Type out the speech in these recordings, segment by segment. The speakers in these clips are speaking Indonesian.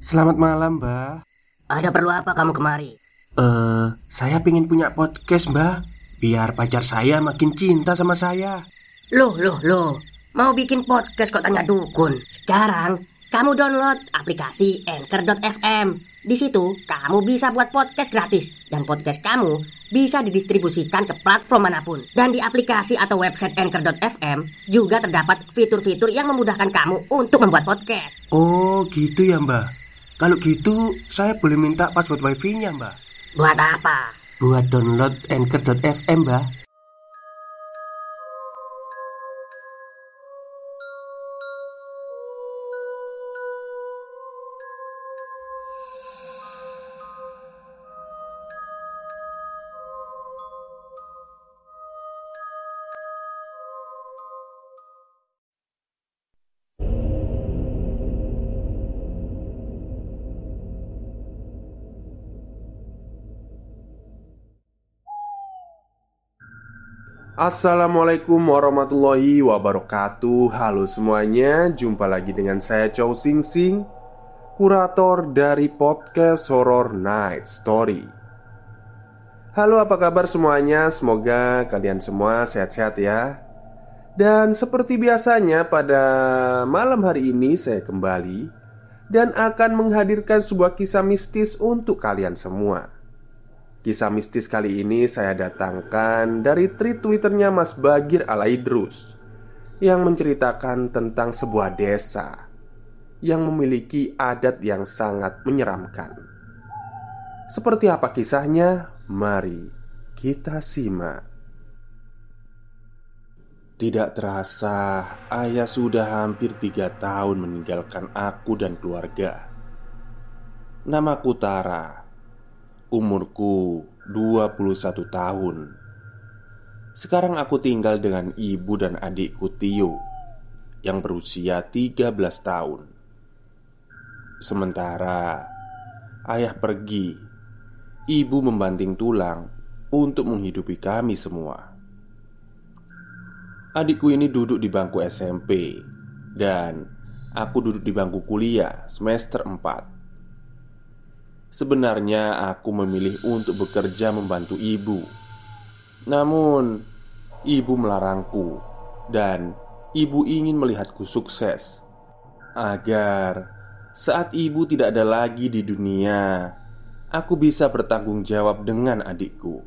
Selamat malam, Mbak. Ada perlu apa kamu kemari? Saya pengen punya podcast, Mbak. Biar pacar saya makin cinta sama saya. Loh, mau bikin podcast kok tanya dukun? Sekarang kamu download aplikasi Anchor.fm. Di situ kamu bisa buat podcast gratis dan podcast kamu bisa didistribusikan ke platform manapun. Dan di aplikasi atau website Anchor.fm juga terdapat fitur-fitur yang memudahkan kamu untuk membuat podcast. Oh, gitu ya, Mbak. Kalau gitu, saya boleh minta password wifi-nya, Mbak. Buat apa? Buat download Anchor.fm, Mbak. Assalamualaikum warahmatullahi wabarakatuh. Halo semuanya, jumpa lagi dengan saya Chow Sing Sing, kurator dari podcast Horror Night Story. Halo, apa kabar semuanya? Semoga kalian semua sehat-sehat ya. Dan seperti biasanya pada malam hari ini saya kembali dan akan menghadirkan sebuah kisah mistis untuk kalian semua. Kisah mistis kali ini saya datangkan dari tweet Twitternya Mas Bagir Alaidrus yang menceritakan tentang sebuah desa yang memiliki adat yang sangat menyeramkan. Seperti apa kisahnya? Mari kita simak. Tidak terasa, ayah sudah hampir 3 tahun meninggalkan aku dan keluarga. Namaku Tara. Umurku 21 tahun. Sekarang aku tinggal dengan ibu dan adikku Tio yang berusia 13 tahun. Sementara ayah pergi, ibu membanting tulang untuk menghidupi kami semua. Adikku ini duduk di bangku SMP dan aku duduk di bangku kuliah semester 4. Sebenarnya aku memilih untuk bekerja membantu ibu. Namun, ibu melarangku dan ibu ingin melihatku sukses agar saat ibu tidak ada lagi di dunia, aku bisa bertanggung jawab dengan adikku.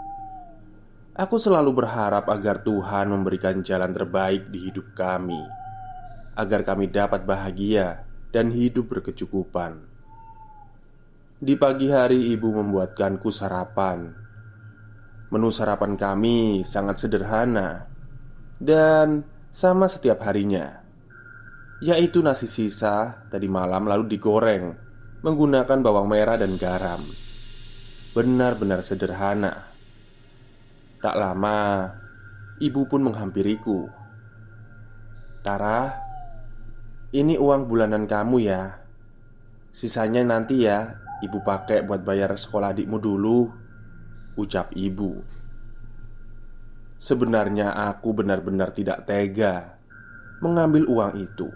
Aku selalu berharap agar Tuhan memberikan jalan terbaik di hidup kami, agar kami dapat bahagia dan hidup berkecukupan. Di pagi hari ibu membuatkanku sarapan. Menu sarapan kami sangat sederhana dan sama setiap harinya, yaitu nasi sisa tadi malam lalu digoreng menggunakan bawang merah dan garam. Benar-benar sederhana. Tak lama, ibu pun menghampiriku. "Tara, ini uang bulanan kamu ya. Sisanya nanti ya ibu pakai buat bayar sekolah adikmu dulu," ucap ibu. Sebenarnya aku benar-benar tidak tega mengambil uang itu.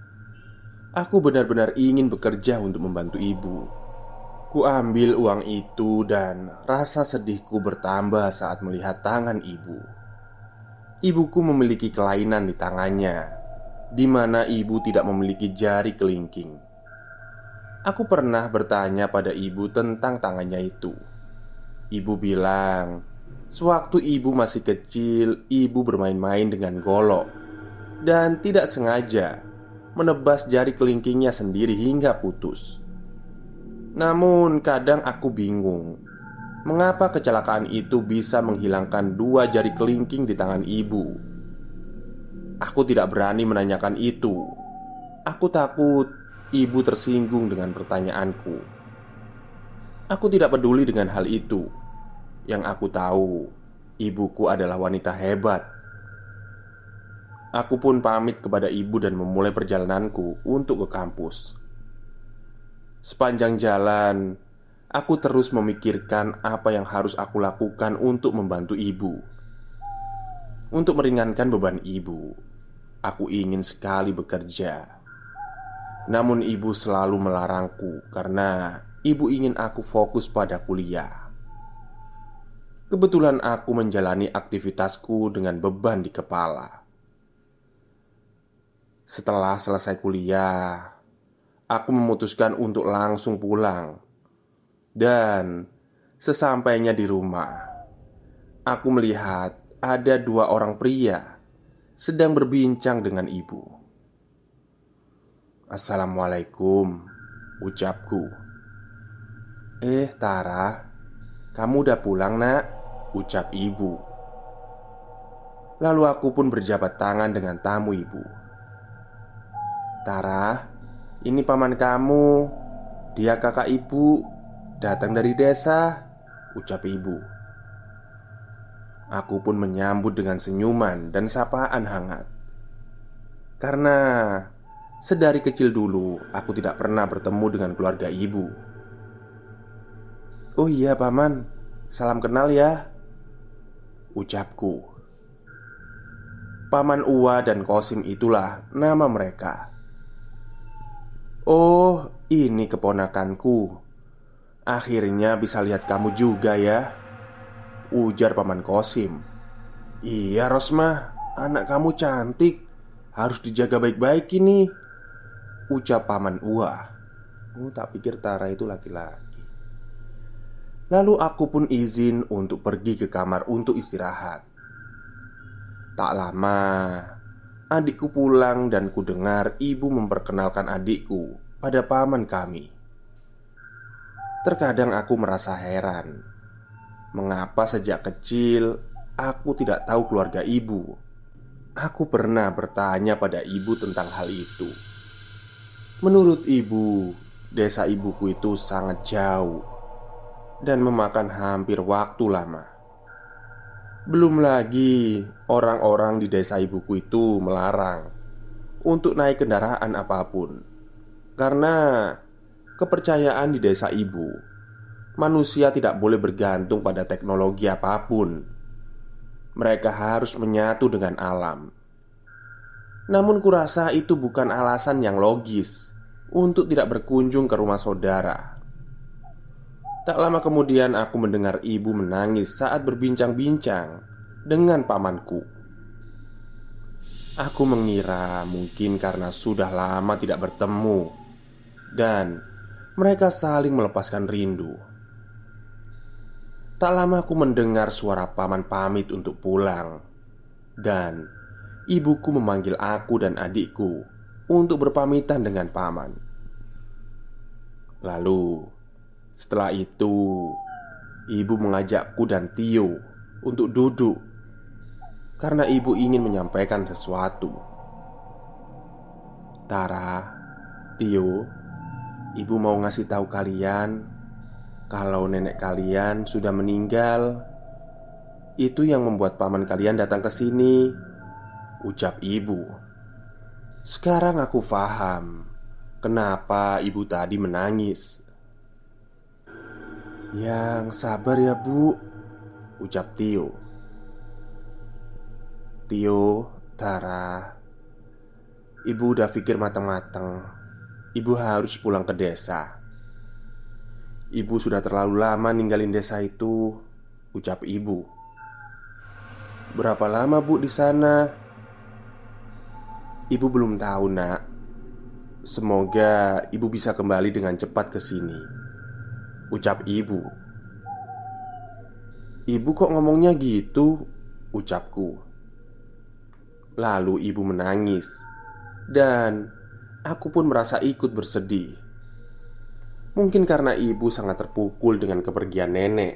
Aku benar-benar ingin bekerja untuk membantu ibu. Ku ambil uang itu dan rasa sedihku bertambah saat melihat tangan ibu. Ibuku memiliki kelainan di tangannya, di mana ibu tidak memiliki jari kelingking. Aku pernah bertanya pada ibu tentang tangannya itu. Ibu bilang, sewaktu ibu masih kecil, ibu bermain-main dengan golok dan tidak sengaja menebas jari kelingkingnya sendiri hingga putus. Namun kadang aku bingung, mengapa kecelakaan itu bisa menghilangkan 2 jari kelingking di tangan ibu. Aku tidak berani menanyakan itu. Aku takut ibu tersinggung dengan pertanyaanku. Aku tidak peduli dengan hal itu. Yang aku tahu, ibuku adalah wanita hebat. Aku pun pamit kepada ibu dan memulai perjalananku untuk ke kampus. Sepanjang jalan, aku terus memikirkan apa yang harus aku lakukan untuk membantu ibu. Untuk meringankan beban ibu, aku ingin sekali bekerja. Namun ibu selalu melarangku karena ibu ingin aku fokus pada kuliah. Kebetulan aku menjalani aktivitasku dengan beban di kepala. Setelah selesai kuliah, aku memutuskan untuk langsung pulang. Dan sesampainya di rumah, aku melihat ada dua orang pria sedang berbincang dengan ibu. "Assalamualaikum," ucapku. Tara, kamu udah pulang nak?" ucap ibu. Lalu aku pun berjabat tangan dengan tamu ibu. "Tara, ini paman kamu. Dia kakak ibu, datang dari desa," ucap ibu. Aku pun menyambut dengan senyuman dan sapaan hangat. Karena sedari kecil dulu aku tidak pernah bertemu dengan keluarga ibu. "Oh iya paman, salam kenal ya," ucapku. Paman Uwa dan Kosim itulah nama mereka. "Oh, ini keponakanku. Akhirnya bisa lihat kamu juga ya," ujar paman Kosim. "Iya Rosmah, anak kamu cantik. Harus dijaga baik-baik ini," ucap paman Uwa. Tak pikir Tara itu laki-laki. Lalu aku pun izin untuk pergi ke kamar untuk istirahat. Tak lama, adikku pulang dan ku dengar ibu memperkenalkan adikku pada paman kami. Terkadang aku merasa heran, mengapa sejak kecil aku tidak tahu keluarga ibu. Aku pernah bertanya pada ibu tentang hal itu. Menurut ibu, desa ibuku itu sangat jauh dan memakan hampir waktu lama. Belum lagi orang-orang di desa ibuku itu melarang untuk naik kendaraan apapun. Karena kepercayaan di desa ibu, manusia tidak boleh bergantung pada teknologi apapun. Mereka harus menyatu dengan alam. Namun kurasa itu bukan alasan yang logis untuk tidak berkunjung ke rumah saudara. Tak lama kemudian aku mendengar ibu menangis saat berbincang-bincang dengan pamanku. Aku mengira mungkin karena sudah lama tidak bertemu dan mereka saling melepaskan rindu. Tak lama aku mendengar suara paman pamit untuk pulang. Dan ibuku memanggil aku dan adikku untuk berpamitan dengan paman. Lalu setelah itu ibu mengajakku dan Tio untuk duduk karena ibu ingin menyampaikan sesuatu. "Tara, Tio, ibu mau ngasih tahu kalian kalau nenek kalian sudah meninggal. Itu yang membuat paman kalian datang ke sini," ucap ibu. Sekarang aku paham kenapa ibu tadi menangis. "Yang sabar ya bu," ucap Tio. "Tio, Tara, ibu udah pikir matang-matang. Ibu harus pulang ke desa. Ibu sudah terlalu lama ninggalin desa itu," ucap ibu. "Berapa lama bu di sana?" "Ibu belum tahu nak. Semoga ibu bisa kembali dengan cepat ke sini," ucap ibu. "Ibu kok ngomongnya gitu?" ucapku. Lalu ibu menangis dan aku pun merasa ikut bersedih. Mungkin karena ibu sangat terpukul dengan kepergian nenek.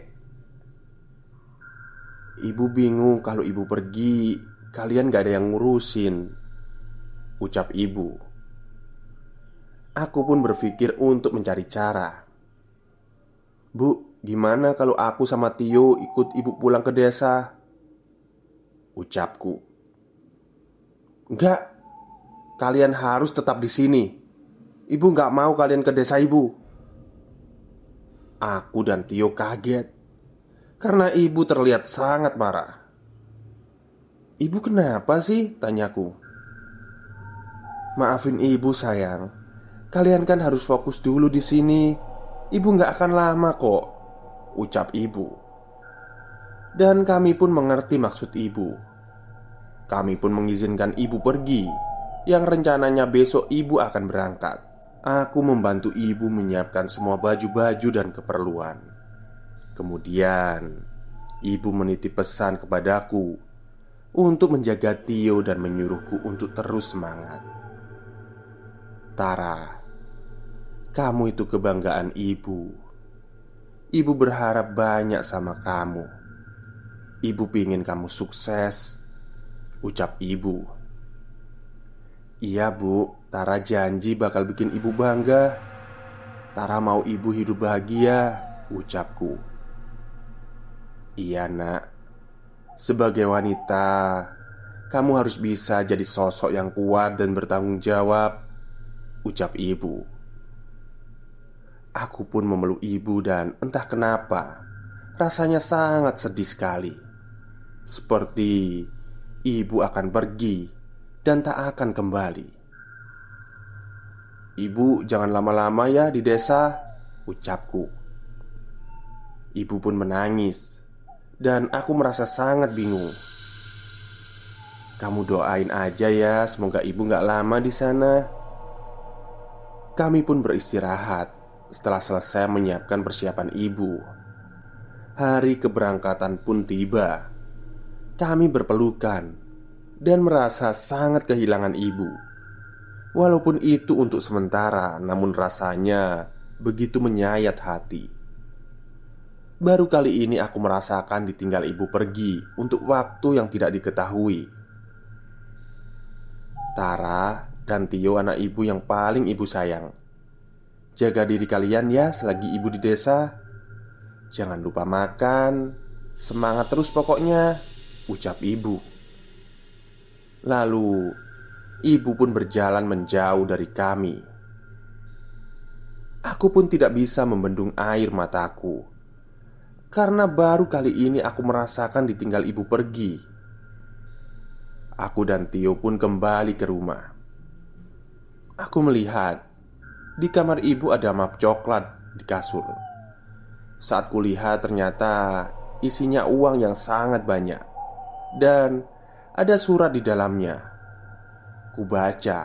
"Ibu bingung kalau ibu pergi, kalian gak ada yang ngurusin," ucap ibu. Aku pun berpikir untuk mencari cara. "Bu, gimana kalau aku sama Tio ikut ibu pulang ke desa?" ucapku. "Enggak, kalian harus tetap di sini. Ibu gak mau kalian ke desa ibu." Aku dan Tio kaget karena ibu terlihat sangat marah. "Ibu kenapa sih?" tanyaku. "Maafin ibu sayang, Kalian kan harus fokus dulu di sini. Ibu nggak akan lama kok," ucap ibu. Dan kami pun mengerti maksud ibu. Kami pun mengizinkan ibu pergi, yang rencananya besok ibu akan berangkat. Aku membantu ibu menyiapkan semua baju-baju dan keperluan. Kemudian ibu menitip pesan kepadaku untuk menjaga Tio dan menyuruhku untuk terus semangat. "Tara, kamu itu kebanggaan ibu. Ibu berharap banyak sama kamu. Ibu pingin kamu sukses," ucap ibu. "Iya bu, Tara janji bakal bikin ibu bangga. Tara mau ibu hidup bahagia," ucapku. "Iya nak, sebagai wanita kamu harus bisa jadi sosok yang kuat dan bertanggung jawab," ucap ibu. Aku pun memeluk ibu dan entah kenapa rasanya sangat sedih sekali. Seperti ibu akan pergi dan tak akan kembali. "Ibu jangan lama-lama ya di desa," ucapku. Ibu pun menangis dan aku merasa sangat bingung. "Kamu doain aja ya, semoga ibu gak lama di sana." Kami pun beristirahat setelah selesai menyiapkan persiapan ibu. Hari keberangkatan pun tiba. Kami berpelukan dan merasa sangat kehilangan ibu. Walaupun itu untuk sementara, namun rasanya begitu menyayat hati. Baru kali ini aku merasakan ditinggal ibu pergi untuk waktu yang tidak diketahui. "Tara dan Tio anak ibu yang paling ibu sayang. Jaga diri kalian ya selagi ibu di desa. Jangan lupa makan. Semangat terus pokoknya," ucap ibu. Lalu ibu pun berjalan menjauh dari kami. Aku pun tidak bisa membendung air mataku, karena baru kali ini aku merasakan ditinggal ibu pergi. Aku dan Tio pun kembali ke rumah. Aku melihat di kamar ibu ada map coklat di kasur. Saat kulihat ternyata isinya uang yang sangat banyak dan ada surat di dalamnya. Kubaca,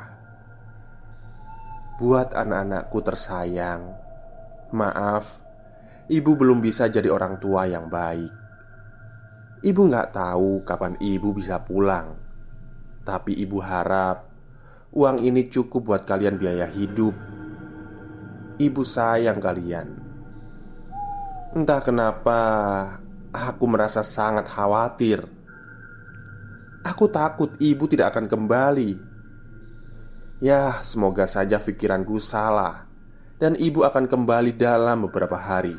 "Buat anak-anakku tersayang, maaf, ibu belum bisa jadi orang tua yang baik. Ibu gak tahu kapan ibu bisa pulang. Tapi ibu harap uang ini cukup buat kalian biaya hidup. Ibu sayang kalian." Entah kenapa aku merasa sangat khawatir. Aku takut ibu tidak akan kembali. Ya, semoga saja pikiranku salah dan ibu akan kembali dalam beberapa hari.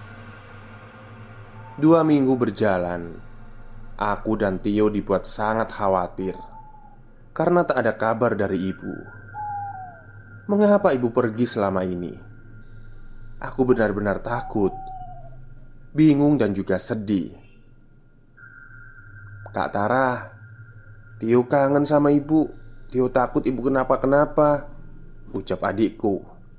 2 minggu berjalan. Aku dan Tio dibuat sangat khawatir karena tak ada kabar dari ibu. Mengapa ibu pergi selama ini? Aku benar-benar takut, bingung dan juga sedih. "Kak Tara, Tio kangen sama ibu. Tio takut ibu kenapa-kenapa," ucap adikku.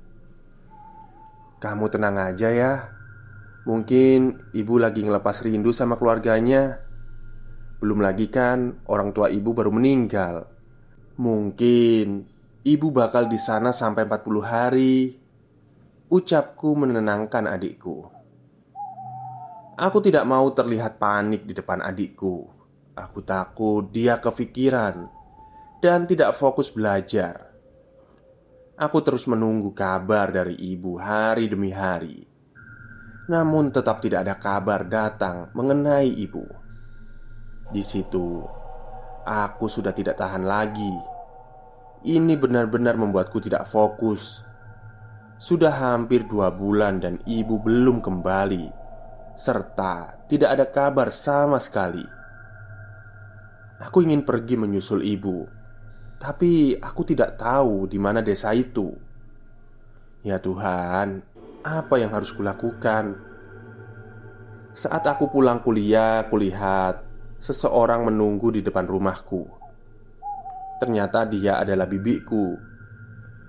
"Kamu tenang aja ya. Mungkin ibu lagi ngelepas rindu sama keluarganya. Belum lagi kan orang tua ibu baru meninggal. Mungkin ibu bakal di sana sampai 40 hari," ucapku menenangkan adikku. Aku tidak mau terlihat panik di depan adikku. Aku takut dia kepikiran dan tidak fokus belajar. Aku terus menunggu kabar dari ibu hari demi hari. Namun tetap tidak ada kabar datang mengenai ibu. Di situ aku sudah tidak tahan lagi. Ini benar-benar membuatku tidak fokus. Sudah hampir 2 bulan dan ibu belum kembali, serta tidak ada kabar sama sekali. Aku ingin pergi menyusul ibu, tapi aku tidak tahu di mana desa itu. Ya Tuhan, apa yang harus kulakukan? Saat aku pulang kuliah, kulihat seseorang menunggu di depan rumahku. Ternyata dia adalah bibiku.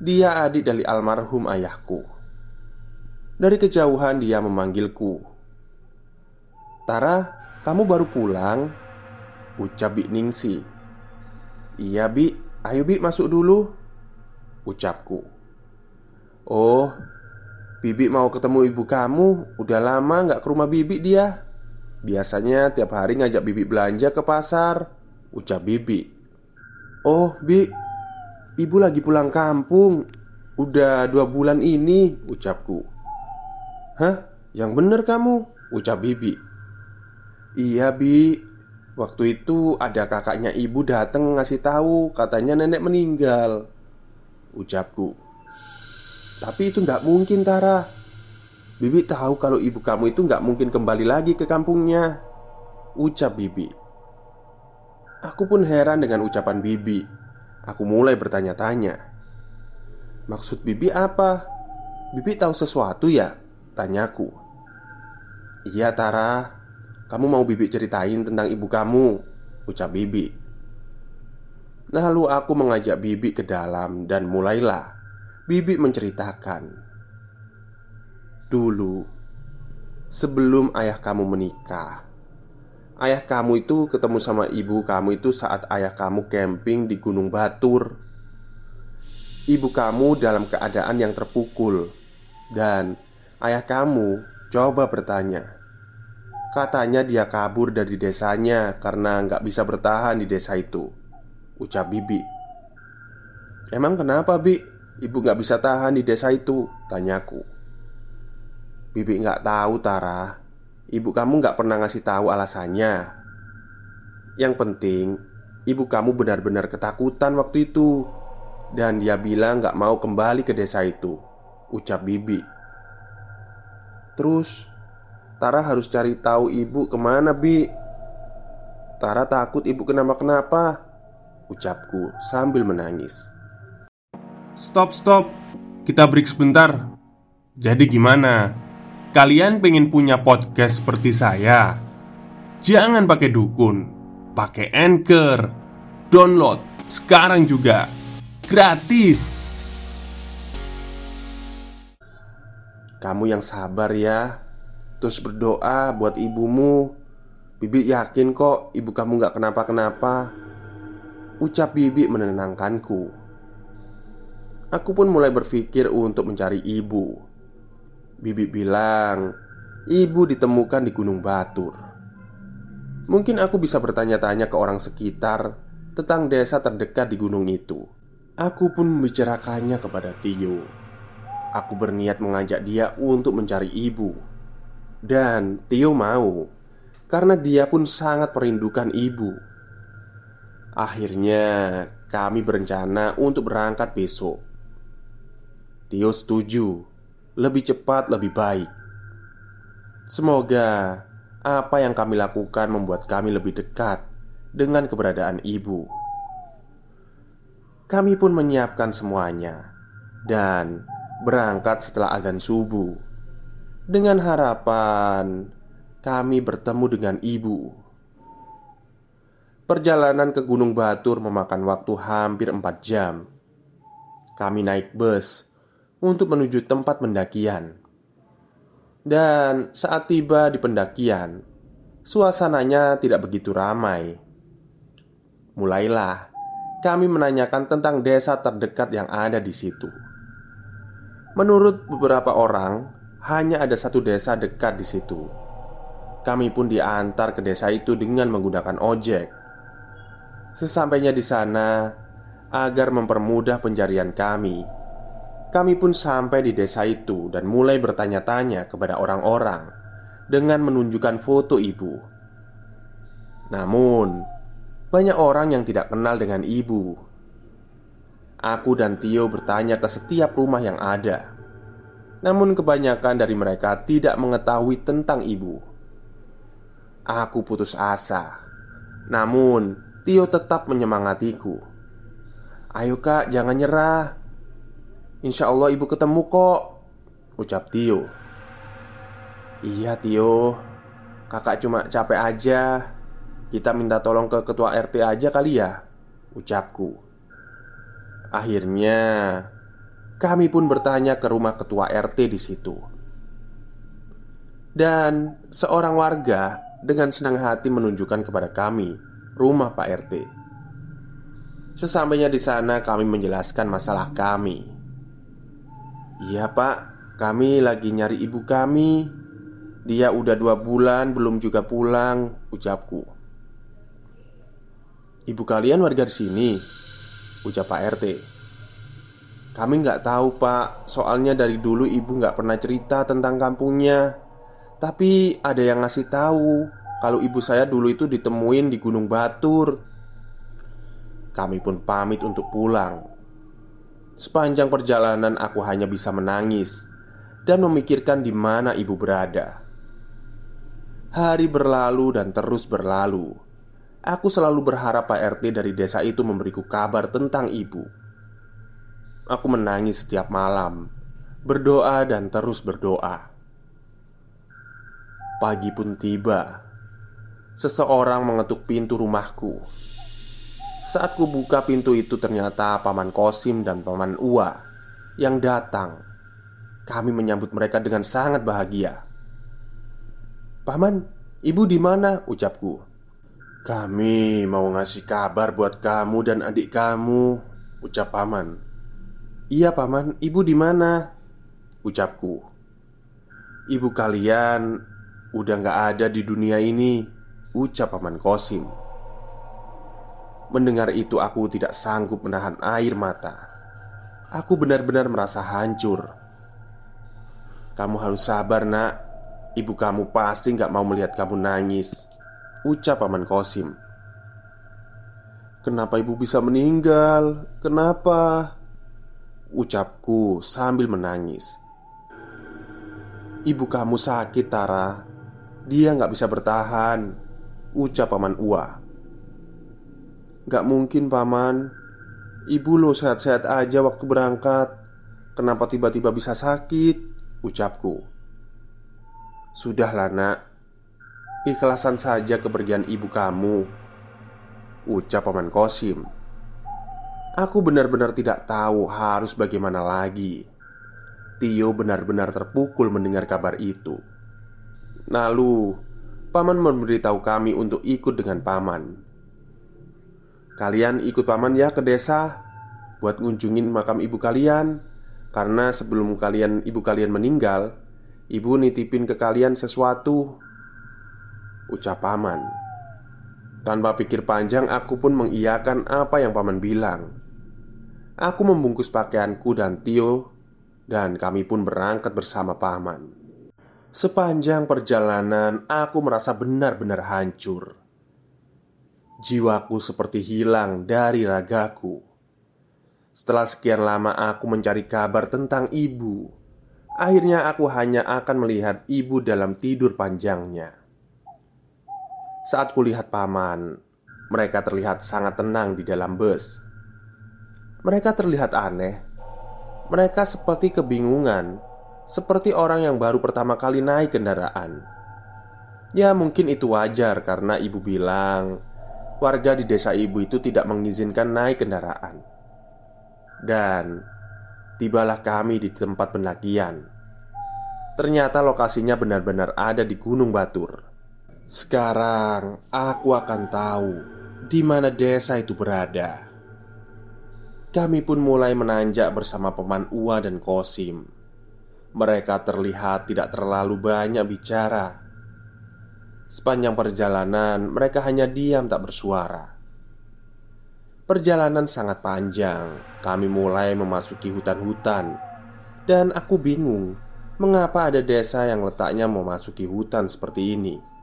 Dia adik dari almarhum ayahku. Dari kejauhan dia memanggilku. "Tara, kamu baru pulang?" ucap Bik Ningsi. "Iya Bik, ayo Bik masuk dulu," ucapku. "Oh, Bibi mau ketemu ibu kamu. Udah lama gak ke rumah Bibi dia. Biasanya tiap hari ngajak Bibi belanja ke pasar," ucap Bibi. "Oh Bi, ibu lagi pulang kampung. Udah 2 bulan ini," ucapku. "Hah? Yang bener kamu?" ucap Bibi. "Iya Bi, waktu itu ada kakaknya ibu dateng ngasih tahu katanya nenek meninggal," ucapku. "Tapi itu gak mungkin Tara. Bibi tahu kalau ibu kamu itu gak mungkin kembali lagi ke kampungnya," ucap Bibi. Aku pun heran dengan ucapan Bibi. Aku mulai bertanya-tanya, "Maksud Bibi apa? Bibi tahu sesuatu ya?" tanyaku. "Iya Tara, kamu mau Bibi ceritain tentang ibu kamu," ucap Bibi. Lalu aku mengajak Bibi ke dalam dan mulailah Bibi menceritakan. "Dulu, sebelum ayah kamu menikah, ayah kamu itu ketemu sama ibu kamu itu saat ayah kamu camping di Gunung Batur. Ibu kamu dalam keadaan yang terpukul, dan ayah kamu coba bertanya. Katanya dia kabur dari desanya karena nggak bisa bertahan di desa itu," ucap Bibi. "Emang kenapa Bi? Ibu nggak bisa tahan di desa itu?" tanyaku. "Bibi nggak tahu Tara. Ibu kamu nggak pernah ngasih tahu alasannya. Yang penting, ibu kamu benar-benar ketakutan waktu itu, dan dia bilang nggak mau kembali ke desa itu," ucap Bibi. "Terus, Tara harus cari tahu ibu kemana Bi? Tara takut ibu kenapa-kenapa," ucapku sambil menangis. Stop. Kita break sebentar. Jadi gimana? Kalian pengen punya podcast seperti saya? Jangan pakai dukun, pakai Anchor. Download sekarang juga. Gratis. "Kamu yang sabar ya. Terus berdoa buat ibumu. Bibi yakin kok ibu kamu gak kenapa-kenapa," ucap Bibi menenangkanku. Aku pun mulai berpikir untuk mencari ibu. Bibi bilang ibu ditemukan di Gunung Batur. Mungkin aku bisa bertanya-tanya ke orang sekitar tentang desa terdekat di gunung itu. Aku pun membicarakannya kepada Tio. Aku berniat mengajak dia untuk mencari ibu. Dan Tio mau, karena dia pun sangat merindukan ibu. Akhirnya kami berencana untuk berangkat besok. Tio setuju, lebih cepat lebih baik. Semoga apa yang kami lakukan membuat kami lebih dekat dengan keberadaan ibu. Kami pun menyiapkan semuanya dan berangkat setelah adzan subuh, dengan harapan kami bertemu dengan ibu. Perjalanan ke Gunung Batur memakan waktu hampir 4 jam. Kami naik bus untuk menuju tempat pendakian. Dan saat tiba di pendakian, suasananya tidak begitu ramai. Mulailah kami menanyakan tentang desa terdekat yang ada di situ. Menurut beberapa orang, hanya ada 1 desa dekat di situ. Kami pun diantar ke desa itu dengan menggunakan ojek. Sesampainya di sana, agar mempermudah pencarian kami pun sampai di desa itu dan mulai bertanya-tanya kepada orang-orang dengan menunjukkan foto ibu. Namun, banyak orang yang tidak kenal dengan ibu. Aku dan Tio bertanya ke setiap rumah yang ada. Namun kebanyakan dari mereka tidak mengetahui tentang ibu. Aku putus asa. Namun, Tio tetap menyemangatiku. "Ayo kak, jangan nyerah. Insya Allah ibu ketemu kok," ucap Tio. "Iya Tio, kakak cuma capek aja. Kita minta tolong ke ketua RT aja kali ya," ucapku. Akhirnya Kami pun bertanya ke rumah ketua RT di situ. Dan seorang warga dengan senang hati menunjukkan kepada kami rumah Pak RT. Sesampainya di sana kami menjelaskan masalah kami. "Iya Pak, kami lagi nyari ibu kami. Dia udah 2 bulan belum juga pulang," ucapku. "Ibu kalian warga di sini?" ucap Pak RT. "Kami nggak tahu Pak, soalnya dari dulu ibu nggak pernah cerita tentang kampungnya. Tapi ada yang ngasih tahu kalau ibu saya dulu itu ditemuin di Gunung Batur." Kami pun pamit untuk pulang. Sepanjang perjalanan aku hanya bisa menangis dan memikirkan di mana ibu berada. Hari berlalu dan terus berlalu. Aku selalu berharap Pak RT dari desa itu memberiku kabar tentang ibu. Aku menangis setiap malam, berdoa dan terus berdoa. Pagi pun tiba. Seseorang mengetuk pintu rumahku. Saat ku buka pintu itu ternyata Paman Kosim dan Paman Ua yang datang. Kami menyambut mereka dengan sangat bahagia. "Paman, ibu di mana?" ucapku. "Kami mau ngasih kabar buat kamu dan adik kamu," ucap Paman. "Iya Paman, ibu di mana?" ucapku. "Ibu kalian udah gak ada di dunia ini," ucap Paman Kosim. Mendengar itu aku tidak sanggup menahan air mata. Aku benar-benar merasa hancur. "Kamu harus sabar nak. Ibu kamu pasti gak mau melihat kamu nangis," ucap Paman Kosim. "Kenapa ibu bisa meninggal? Kenapa?" ucapku sambil menangis. "Ibu kamu sakit Tara. Dia gak bisa bertahan," ucap Paman Ua. "Gak mungkin Paman. Ibu lo sehat-sehat aja waktu berangkat. Kenapa tiba-tiba bisa sakit?" ucapku. "Sudahlah nak. Ikhlasan saja kepergian ibu kamu," ucap Paman Kosim. Aku benar-benar tidak tahu harus bagaimana lagi. Tio benar-benar terpukul mendengar kabar itu. Lalu Paman memberitahu kami untuk ikut dengan Paman. "Kalian ikut Paman ya ke desa buat ngunjungin makam ibu kalian. Karena sebelum ibu kalian meninggal, ibu nitipin ke kalian sesuatu," ucap Paman. Tanpa pikir panjang aku pun mengiyakan apa yang Paman bilang. Aku membungkus pakaianku dan Tio, dan kami pun berangkat bersama Paman. Sepanjang perjalanan aku merasa benar-benar hancur. Jiwaku seperti hilang dari ragaku. Setelah sekian lama aku mencari kabar tentang ibu, akhirnya aku hanya akan melihat ibu dalam tidur panjangnya. Saat kulihat Paman, mereka terlihat sangat tenang di dalam bus. Mereka terlihat aneh. Mereka seperti kebingungan, seperti orang yang baru pertama kali naik kendaraan. Ya mungkin itu wajar karena ibu bilang warga di desa ibu itu tidak mengizinkan naik kendaraan. Dan tibalah kami di tempat pendakian. Ternyata lokasinya benar-benar ada di Gunung Batur. Sekarang aku akan tahu di mana desa itu berada. Kami pun mulai menanjak bersama Paman Ua dan Kosim. Mereka terlihat tidak terlalu banyak bicara. Sepanjang perjalanan mereka hanya diam tak bersuara. Perjalanan sangat panjang. Kami mulai memasuki hutan-hutan. Dan aku bingung mengapa ada desa yang letaknya memasuki hutan seperti ini.